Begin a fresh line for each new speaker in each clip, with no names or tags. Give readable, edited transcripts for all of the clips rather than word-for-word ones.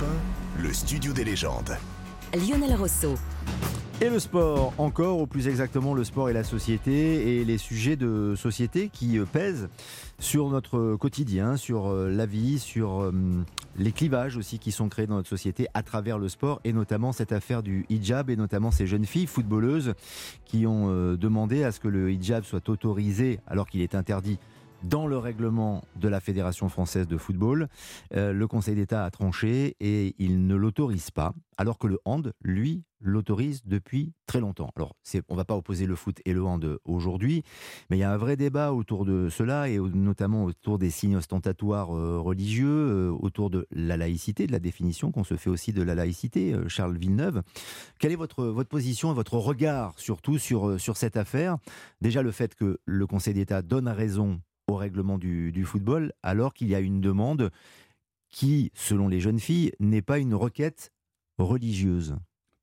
1, le studio des légendes.
Lionel Rosso.
Et le sport, encore, ou plus exactement le sport et la société, et les sujets de société qui pèsent sur notre quotidien, sur la vie, sur les clivages aussi qui sont créés dans notre société à travers le sport, et notamment cette affaire du hijab, et notamment ces jeunes filles footballeuses qui ont demandé à ce que le hijab soit autorisé alors qu'il est interdit dans le règlement de la Fédération française de football. Le Conseil d'État a tranché et il ne l'autorise pas, alors que le hand, lui, l'autorise depuis très longtemps. Alors, on ne va pas opposer le foot et le hand aujourd'hui, mais il y a un vrai débat autour de cela, et notamment autour des signes ostentatoires religieux, autour de la laïcité, de la définition qu'on se fait aussi de la laïcité. Charles Villeneuve, quelle est votre position et votre regard surtout sur cette affaire ? Déjà, le fait que le Conseil d'État donne raison au règlement du football, alors qu'il y a une demande qui, selon les jeunes filles, n'est pas une requête religieuse.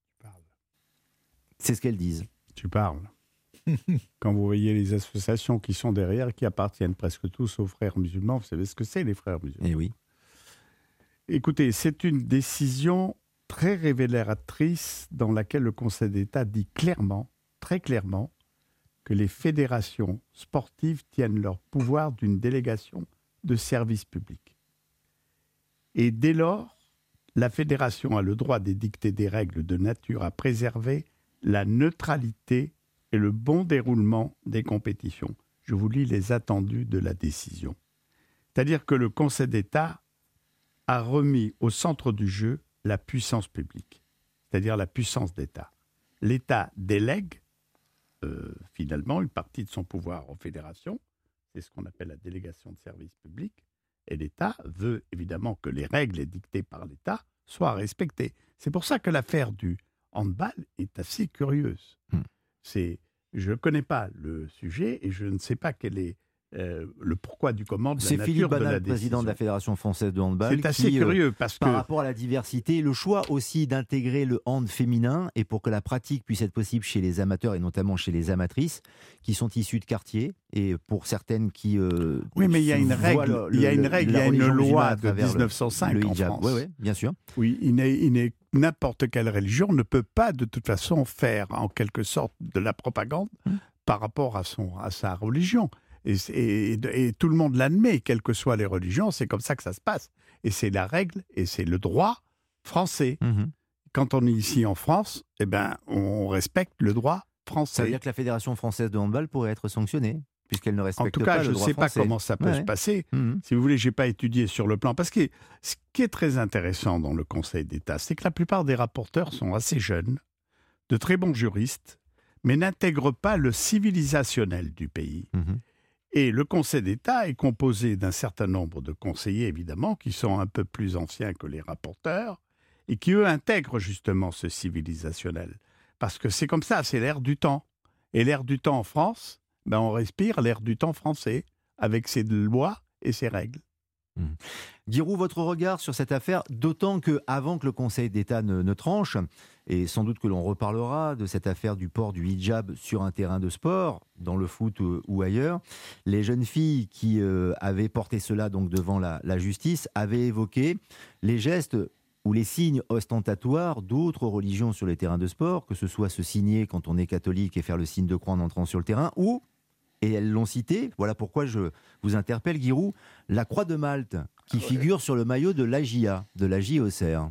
C'est ce qu'elles disent.
Tu parles. Quand vous voyez les associations qui sont derrière, qui appartiennent presque tous aux frères musulmans, vous savez ce que c'est, les frères musulmans.
Eh oui.
Écoutez, c'est une décision très révélatrice dans laquelle le Conseil d'État dit clairement, très clairement, que les fédérations sportives tiennent leur pouvoir d'une délégation de service public. Et dès lors, la fédération a le droit d'édicter des règles de nature à préserver la neutralité et le bon déroulement des compétitions. Je vous lis les attendus de la décision. C'est-à-dire que le Conseil d'État a remis au centre du jeu la puissance publique, c'est-à-dire la puissance d'État. L'État délègue finalement une partie de son pouvoir aux fédérations, c'est ce qu'on appelle la délégation de service public, et l'État veut évidemment que les règles édictées par l'État soient respectées. C'est pour ça que l'affaire du handball est assez curieuse. Je ne connais pas le sujet et je ne sais pas quel est le pourquoi du comment de la nature
Philippe
de la
Banal,
décision.
président de la Fédération française de handball.
C'est assez curieux parce que
par rapport à la diversité, le choix aussi d'intégrer le hand féminin, et pour que la pratique puisse être possible chez les amateurs et notamment chez les amatrices qui sont issues de quartier, et pour certaines qui
oui, mais il y a une règle, il y a une loi de 1905 en France.
Oui, bien sûr.
Oui, n'importe quelle religion ne peut pas de toute façon faire en quelque sorte de la propagande par rapport à sa religion. Et tout le monde l'admet, quelles que soient les religions, c'est comme ça que ça se passe. Et c'est la règle, et c'est le droit français. Quand on est ici en France, eh ben, on respecte le droit français.
Ça veut dire que la Fédération française de handball pourrait être sanctionnée, puisqu'elle ne respecte pas le droit français.
En tout cas, je ne sais pas comment ça peut se passer. Si vous voulez, je n'ai pas étudié sur le plan. Parce que ce qui est très intéressant dans le Conseil d'État, c'est que la plupart des rapporteurs sont assez jeunes, de très bons juristes, mais n'intègrent pas le civilisationnel du pays. Et le Conseil d'État est composé d'un certain nombre de conseillers, évidemment, qui sont un peu plus anciens que les rapporteurs, et qui, eux, intègrent justement ce civilisationnel. Parce que c'est comme ça, c'est l'ère du temps. Et l'ère du temps en France, ben on respire l'ère du temps français, avec ses lois et ses règles.
Giroud, votre regard sur cette affaire, d'autant qu'avant que le Conseil d'État ne tranche, et sans doute que l'on reparlera de cette affaire du port du hijab sur un terrain de sport, dans le foot ou ailleurs, les jeunes filles qui avaient porté cela donc devant la justice avaient évoqué les gestes ou les signes ostentatoires d'autres religions sur les terrains de sport, que ce soit se signer quand on est catholique et faire le signe de croix en entrant sur le terrain, ou, et elles l'ont cité, voilà pourquoi je vous interpelle Giroud, la croix de Malte qui figure sur le maillot de l'AJA, de la JOCR.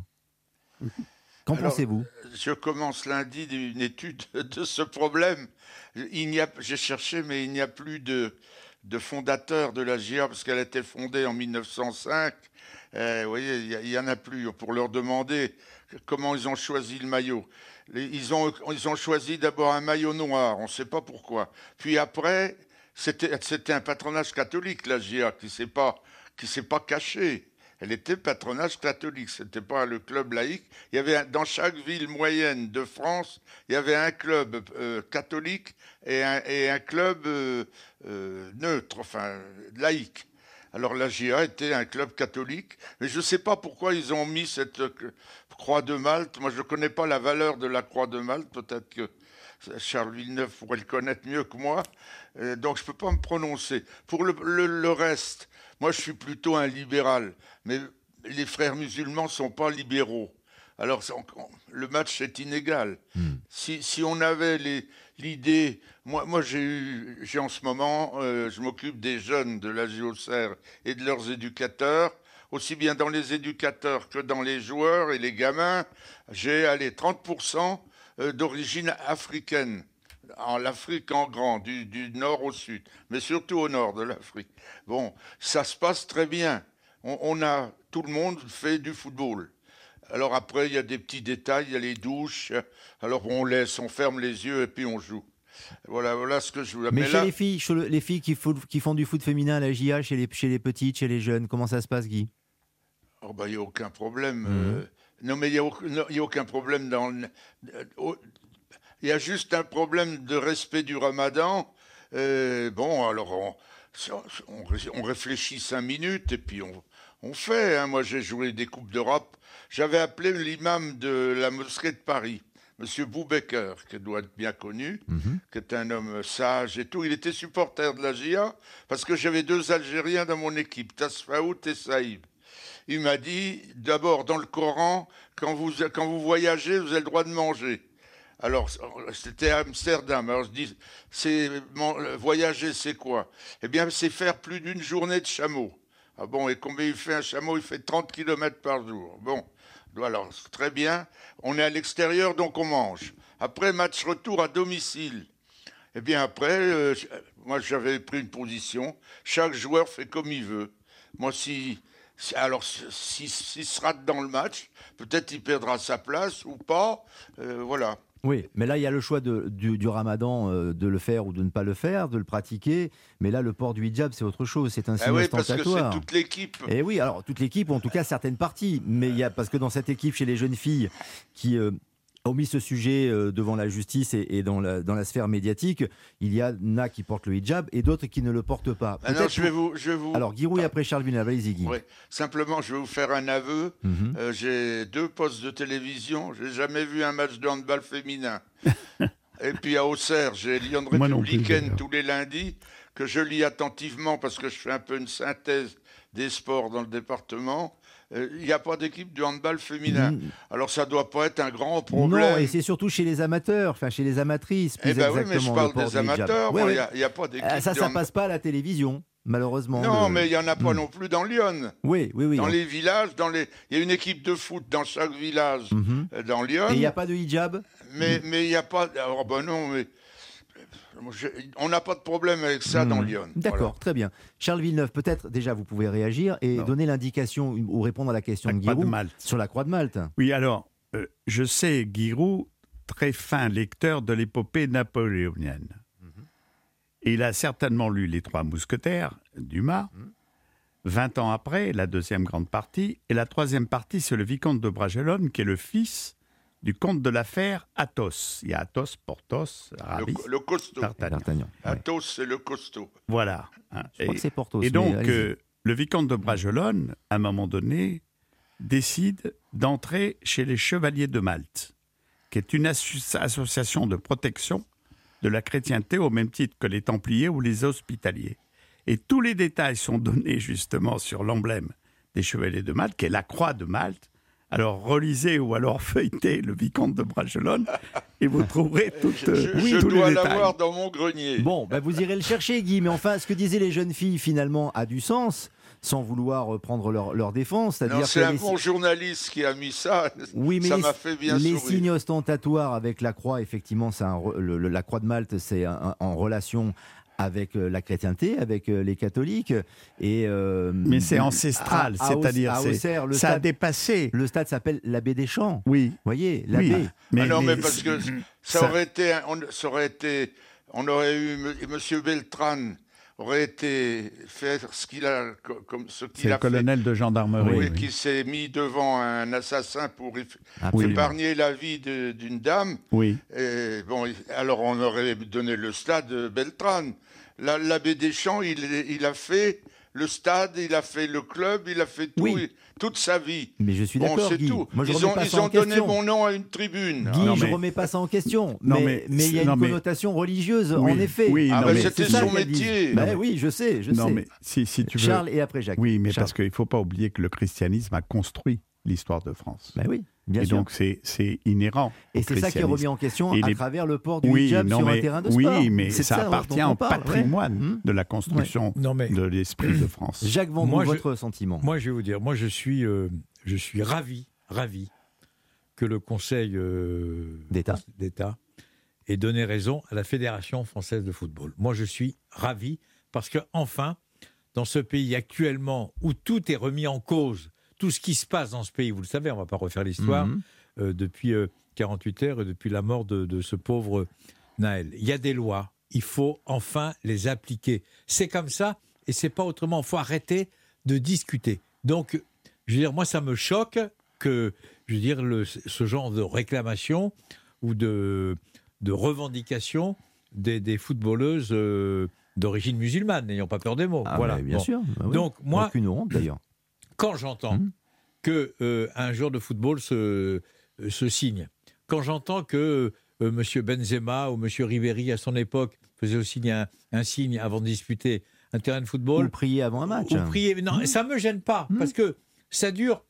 Qu'en pensez-vous ?
Je commence lundi une étude de ce problème. J'ai cherché, mais il n'y a plus de fondateur de la JA, parce qu'elle a été fondée en 1905. Vous voyez, il n'y en a plus. Pour leur demander comment ils ont choisi le maillot. Ils ont choisi d'abord un maillot noir, on ne sait pas pourquoi. Puis après, c'était un patronage catholique, la JA, qui s'est pas caché. Elle était patronage catholique, ce n'était pas le club laïque. Il y avait dans chaque ville moyenne de France, il y avait un club catholique et un club neutre, enfin laïque. Alors la JA était un club catholique, mais je ne sais pas pourquoi ils ont mis cette croix de Malte. Moi, je ne connais pas la valeur de la croix de Malte, peut-être que Charles Villeneuve pourrait le connaître mieux que moi, donc je ne peux pas me prononcer. Pour le reste, moi je suis plutôt un libéral, mais les frères musulmans ne sont pas libéraux. Alors, le match est inégal. Si on avait l'idée... Moi j'ai en ce moment, je m'occupe des jeunes de la JOCR et de leurs éducateurs, aussi bien dans les éducateurs que dans les joueurs et les gamins. J'ai 30% d'origine africaine. En l'Afrique en grand, du nord au sud, mais surtout au nord de l'Afrique. Bon, ça se passe très bien. Tout le monde fait du football. Alors après, il y a des petits détails, il y a les douches. Alors on ferme les yeux et puis on joue. Voilà ce que je voulais.
Mais chez les filles qui font du foot féminin à la JA, chez les petites, chez les jeunes, comment ça se passe, Guy ?
Oh il n'y a aucun problème. Non, mais il n'y a aucun problème il y a juste un problème de respect du ramadan. Alors on réfléchit 5 minutes et puis on fait. Hein. Moi, j'ai joué des Coupes d'Europe. J'avais appelé l'imam de la mosquée de Paris, M. Boubaker, qui doit être bien connu, qui est un homme sage et tout. Il était supporter de la GIA parce que j'avais 2 Algériens dans mon équipe, Tasfaout et Saïb. Il m'a dit, d'abord, dans le Coran, quand vous voyagez, vous avez le droit de manger. Alors, c'était à Amsterdam. Alors, je dis, voyager, c'est quoi ? Eh bien, c'est faire plus d'une journée de chameau. Ah bon, et combien il fait un chameau ? Il fait 30 km par jour. Bon, alors, très bien. On est à l'extérieur, donc on mange. Après, match retour à domicile. Eh bien, après, moi, j'avais pris une position. Chaque joueur fait comme il veut. Moi, s'il se rate dans le match, peut-être il perdra sa place ou pas. Voilà.
Oui, mais là, il y a le choix du ramadan, de le faire ou de ne pas le faire, de le pratiquer. Mais là, le port du hijab, c'est autre chose. C'est un signe ostentatoire.
Parce que c'est toute l'équipe.
Et oui, alors toute l'équipe, ou en tout cas certaines parties. Mais parce que dans cette équipe, chez les jeunes filles qui ont mis ce sujet devant la justice et dans la sphère médiatique, il y en a qui portent le hijab et d'autres qui ne le portent pas.
Non, je vais vous...
Alors, Giroud et après Charles Villeneuve, allez-y, Guy.
Oui, simplement, je vais vous faire un aveu. J'ai 2 postes de télévision. Je n'ai jamais vu un match de handball féminin. Et puis à Auxerre, j'ai Lyon Républicaine tous les lundis, que je lis attentivement parce que je fais un peu une synthèse des sports dans le département. Il n'y a pas d'équipe de handball féminin. Alors ça ne doit pas être un grand problème.
Non, et c'est surtout chez les amateurs, enfin chez les amatrices. Plus exactement,
oui, mais je parle des amateurs. Il n'y a pas d'équipe.
Ça ne passe pas à la télévision, malheureusement.
Non, mais il n'y en a pas non plus dans Lyon.
Oui.
Dans les villages, il y a une équipe de foot dans chaque village dans Lyon.
Et il n'y a pas de hijab ?
Mais il n'y a pas... Alors, non, mais... On n'a pas de problème avec ça dans Lyon.
D'accord,
voilà.
Très bien. Charles Villeneuve, peut-être déjà vous pouvez réagir et donner l'indication ou répondre à la question de Giroud sur la Croix de Malte.
Oui, alors, je sais, Giroud, très fin lecteur de l'épopée napoléonienne. Et il a certainement lu Les Trois Mousquetaires, Dumas. 20 ans après, la deuxième grande partie. Et la troisième partie, c'est le vicomte de Bragelonne, qui est le fils du comte de l'affaire Athos. Il y a Athos, Porthos, Aramis,
le costaud.
D'Artagnan.
Athos, c'est le costaud.
Voilà.
Je crois que c'est Porthos.
Et donc, le vicomte de Bragelonne, à un moment donné, décide d'entrer chez les Chevaliers de Malte, qui est une association de protection de la chrétienté au même titre que les Templiers ou les Hospitaliers. Et tous les détails sont donnés justement sur l'emblème des Chevaliers de Malte, qui est la croix de Malte. Alors, relisez ou alors feuilletez le vicomte de Bragelonne et vous trouverez toutes tous les détails.
Je dois l'avoir dans mon grenier.
Bon, vous irez le chercher, Guy. Mais enfin, ce que disaient les jeunes filles, finalement, a du sens, sans vouloir prendre leur défense.
C'est un bon journaliste qui a mis ça.
Oui, mais
ça m'a fait bien sourire.
Les signes ostentatoires avec la croix, effectivement, la croix de Malte, c'est en relation avec la chrétienté, avec les catholiques.
Mais c'est ancestral, c'est-à-dire ça a dépassé.
Le stade s'appelle l'Abbé des Champs.
Oui.
Vous voyez, l'abbé.
Oui.
Mais parce que ça aurait été... On aurait eu... M. Beltrán aurait été faire ce qu'il a fait.
C'est le colonel de gendarmerie.
Oui, qui s'est mis devant un assassin pour épargner la vie d'une dame.
Oui.
Et alors on aurait donné le stade Beltrán. L'abbé Deschamps, il a fait le stade, il a fait le club, il a fait tout,
Oui.
toute sa vie.
Mais je suis
Bon,
d'accord,
c'est
Guy.
tout.
Moi, je
Ils
remets
ont,
pas
ils
ça en
ont donné
question.
mon nom à une tribune.
Guy,
Non,
je
mais-
remets pas ça en question.
Non,
mais
mais-
il y a
non,
une
mais-
connotation religieuse,
Oui,
en effet.
oui,
Ah,
non,
ben,
mais-
c'était
c'est ça
son
qu'elle dit.
métier.
Ben oui, je sais.
Non,
sais.
mais si tu veux.
Charles et après Jacques.
Oui, mais
Charles.
parce qu'il ne faut pas oublier que le christianisme a construit l'histoire de France.
Ben oui, bien
Et
sûr.
donc, c'est inhérent.
Et
au
c'est ça qui est remis en question
Et
à
les-
travers le port du
Oui,
hijab
non,
sur un
mais,
terrain de
oui,
sport.
mais
C'est
ça
de
appartient
dont on
au
parle,
patrimoine de la construction
Non, mais
de l'esprit de France.
Jacques Vendroux,
Moi, je-
votre sentiment.
moi, je vais vous dire, moi, je suis ravi que le Conseil d'État ait donné raison à la Fédération française de football. Moi, je suis ravi parce que enfin, dans ce pays actuellement où tout est remis en cause, tout ce qui se passe dans ce pays, vous le savez, on ne va pas refaire l'histoire,
Mhm.
depuis 48 heures et depuis la mort de ce pauvre Naël. Il y a des lois, il faut enfin les appliquer. C'est comme ça et c'est pas autrement. Il faut arrêter de discuter. Donc, je veux dire, moi, ça me choque que, je veux dire, ce genre de réclamation ou de revendication des footballeuses d'origine musulmane, n'ayons pas peur des mots.
Ah,
voilà.
ben, bien
Bon.
sûr. Ben oui.
Donc, moi,
Aucune honte d'ailleurs.
quand j'entends que un joueur de football se signe, quand j'entends que M. Benzema ou M. Ribéry, à son époque, faisait aussi un signe avant de disputer un terrain de football,
Ou prier avant un match.
ou prier, non, ça ne me gêne pas, parce que ça dure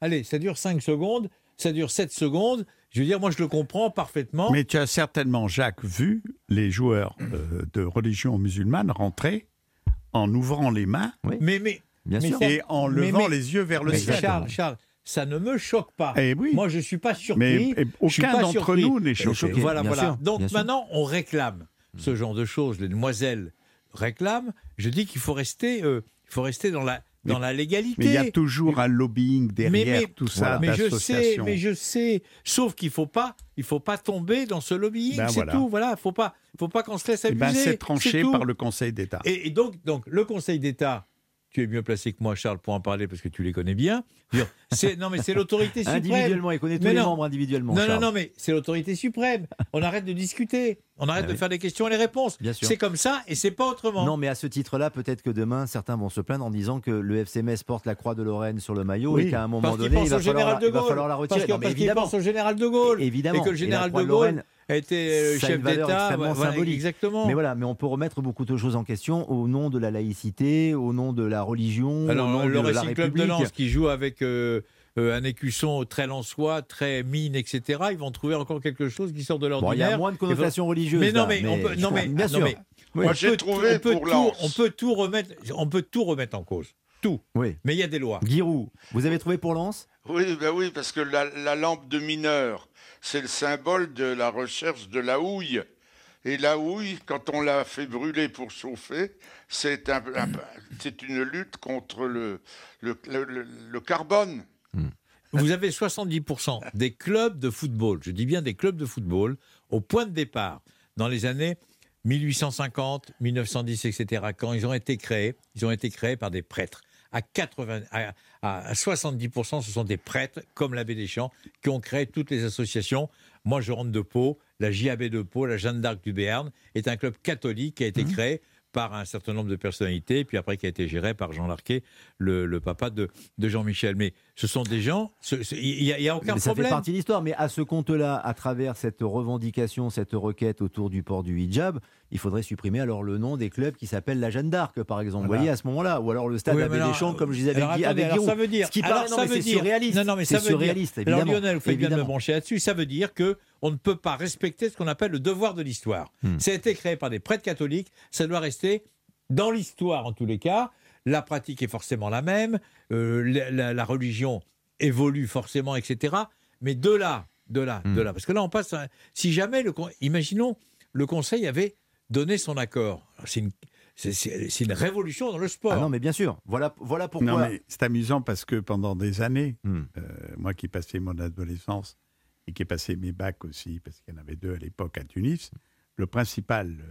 5 secondes, ça dure 7 secondes, je veux dire, moi je le comprends parfaitement.
Mais tu as certainement, Jacques, vu les joueurs de religion musulmane rentrer en ouvrant les mains
Mais
Bien
mais
sûr.
ça-
et en
mais-
levant
mais-
les yeux vers le
mais
ciel.
Charles, ça ne me choque pas.
Eh oui.
Moi, je ne suis pas surpris.
Mais
je suis
aucun
pas
d'entre
surpris.
nous n'est choqué.
Voilà,
Bien
voilà.
sûr,
Donc
bien sûr.
maintenant, on réclame ce genre de choses. Les demoiselles réclament. Je dis qu'il faut rester dans la légalité.
Mais il y a toujours un lobbying derrière
mais-
tout ça
mais je sais,
d'associations.
mais je sais. Sauf qu'il faut pas tomber dans ce lobbying.
Ben
c'est
voilà.
tout. Voilà, faut pas qu'on se laisse
Eh
abuser.
ben, c'est tranché
tout.
par le Conseil d'État.
Et donc, le Conseil d'État, tu es mieux placé que moi, Charles, pour en parler parce que tu les connais bien. Je veux dire, c'est l'autorité suprême.
Individuellement, il connaît tous
Mais
les
non.
membres individuellement.
Non,
Charles.
non, mais c'est l'autorité suprême. On arrête de discuter. On arrête
Ah
de
oui.
faire des questions et les réponses.
Bien sûr.
C'est comme ça et c'est pas autrement.
Non, mais à ce titre-là, peut-être que demain, certains vont se plaindre en disant que le FC Metz porte la croix de Lorraine sur le maillot
Oui.
et qu'à un moment
parce qu'il
donné,
pense au général de
il va
Gaulle.
falloir la retirer. Non, mais
Parce qu'il
évidemment.
pense au général de Gaulle.
Évidemment.
Et que le
Et la
général
croix
de
de
Gaulle
Lorraine,
a été
ça a
chef
une valeur
d'État.
extrêmement
Voilà,
symbolique.
exactement.
Mais voilà, mais on peut remettre beaucoup de choses en question au nom de la laïcité, au nom de la religion, au
Alors,
nom
le
de la
Racing Club de
République.
Lens qui joue avec un écusson très lensois, très mine, etc. Ils vont trouver encore quelque chose qui sort de
Bon, il y
l'ordinaire.
a moins de connotations religieuses.
Mais non,
là,
mais on peut, non, mais
bien
non,
sûr.
mais
Moi,
on
j'ai
peut
trouvé
tout- on peut
pour
tout-
Lens.
on peut tout remettre en cause. Tout.
Oui.
Mais il y a des lois.
Giroud, vous avez trouvé pour Lens?
Oui, ben oui, parce que la lampe de mineur, c'est le symbole de la recherche de la houille. Et la houille, quand on l'a fait brûler pour chauffer, c'est une lutte contre le carbone.
Vous avez 70% des clubs de football, je dis bien des clubs de football, au point de départ, dans les années 1850, 1910, etc., quand ils ont été créés par des prêtres. À 70%, ce sont des prêtres, comme l'abbé Deschamps, qui ont créé toutes les associations. Moi, je rentre de Pau, la JAB de Pau, la Jeanne d'Arc du Béarn, est un club catholique qui a été créé par un certain nombre de personnalités, puis après qui a été géré par Jean Larquet, le papa de Jean-Michel. Mais ce sont des gens, il n'y a aucun
Mais ça fait
problème.
partie de l'histoire. Mais à ce compte-là, à travers cette revendication, cette requête autour du port du hijab, il faudrait supprimer alors le nom des clubs qui s'appellent la Jeanne d'Arc, par exemple.
Voilà.
Vous voyez, à ce moment-là. Ou alors le stade
Oui,
Abbé
mais alors,
Deschamps, comme je disais
alors
avec
attendez, alors
Giroud.
ça veut dire,
Ce qui
alors
paraît, non,
ça
mais
veut
c'est
dire-
surréaliste.
Non, mais
C'est
ça veut dire-
surréaliste,
Alors
évidemment.
Lionel, vous faites bien de me
Évidemment.
brancher là-dessus. Ça veut dire que on ne peut pas respecter ce qu'on appelle le devoir de l'histoire. Ça a été créé par des prêtres catholiques. Ça doit rester dans l'histoire en tous les cas. La pratique est forcément la même. La religion évolue forcément, etc. Mais de là. Parce que là, on passe. Si jamais imaginons le Conseil avait donné son accord. C'est une révolution dans le sport.
Ah non, mais bien sûr. Voilà pourquoi.
Non, mais c'est amusant parce que pendant des années,
Hmm.
moi qui passais mon adolescence et qui ai passé mes bacs aussi, parce qu'il y en avait 2 à l'époque à Tunis, le principal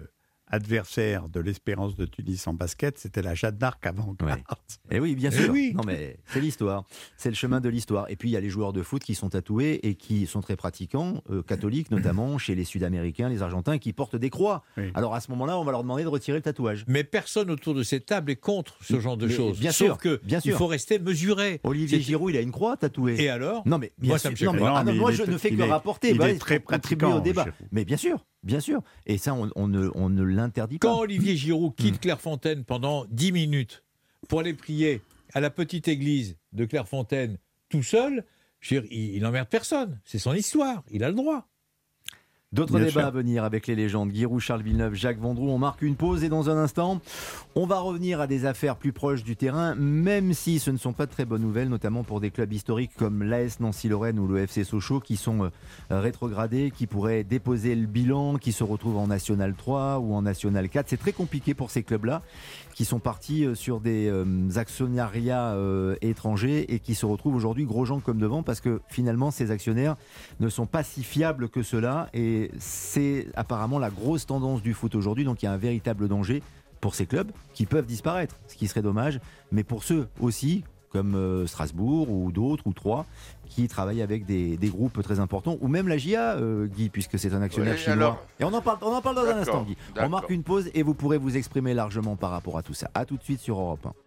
adversaire de l'Espérance de Tunis en basket, c'était la Jeanne d'Arc avant-garde.
Et oui, bien sûr.
oui.
Non, mais c'est l'histoire. C'est le chemin de l'histoire. Et puis, il y a les joueurs de foot qui sont tatoués et qui sont très pratiquants, catholiques notamment, chez les Sud-Américains, les Argentins, qui portent des croix.
Oui.
Alors, à ce moment-là, on va leur demander de retirer le tatouage.
Mais personne autour de cette table est contre ce genre de
Mais
choses.
bien
Sauf
sûr,
que
bien
il
sûr.
faut rester mesuré.
Olivier Giroud, il a une croix tatouée.
Et alors
Non, mais bien
Moi,
sûr.
ça me
Non, mais,
choque.
ah non,
mais
moi,
il
je
est-
ne fais
il
que
est-
rapporter.
il
Bah,
est très
pour contribuer
pratiquant,
au débat.
Giroud.
Mais bien sûr, bien sûr. Et ça, on ne l'interdit pas.
Quand Olivier Giroud quitte Clairefontaine pendant 10 minutes pour aller prier à la petite église de Clairefontaine tout seul, je veux dire, il n'emmerde personne. C'est son histoire. Il a le droit.
D'autres
Bien
débats
sûr.
à venir avec les légendes Giroud, Charles Villeneuve, Jacques Vendroux. On marque une pause et dans un instant, on va revenir à des affaires plus proches du terrain, même si ce ne sont pas de très bonnes nouvelles, notamment pour des clubs historiques comme l'AS Nancy-Lorraine ou le FC Sochaux qui sont rétrogradés, qui pourraient déposer le bilan, qui se retrouvent en National 3 ou en National 4. C'est très compliqué pour ces clubs-là qui sont partis sur des actionnariats étrangers et qui se retrouvent aujourd'hui gros gens comme devant parce que finalement ces actionnaires ne sont pas si fiables que cela et c'est apparemment la grosse tendance du foot aujourd'hui. Donc il y a un véritable danger pour ces clubs qui peuvent disparaître, ce qui serait dommage, mais pour ceux aussi comme Strasbourg ou d'autres ou Troyes qui travaillent avec des groupes très importants ou même la GIA, Guy, puisque c'est un actionnaire
Oui,
chinois.
alors-
Et on en parle dans un
D'accord,
instant, Guy. On
d'accord.
marque une pause et vous pourrez vous exprimer largement par rapport à tout ça. À tout de suite sur Europe 1.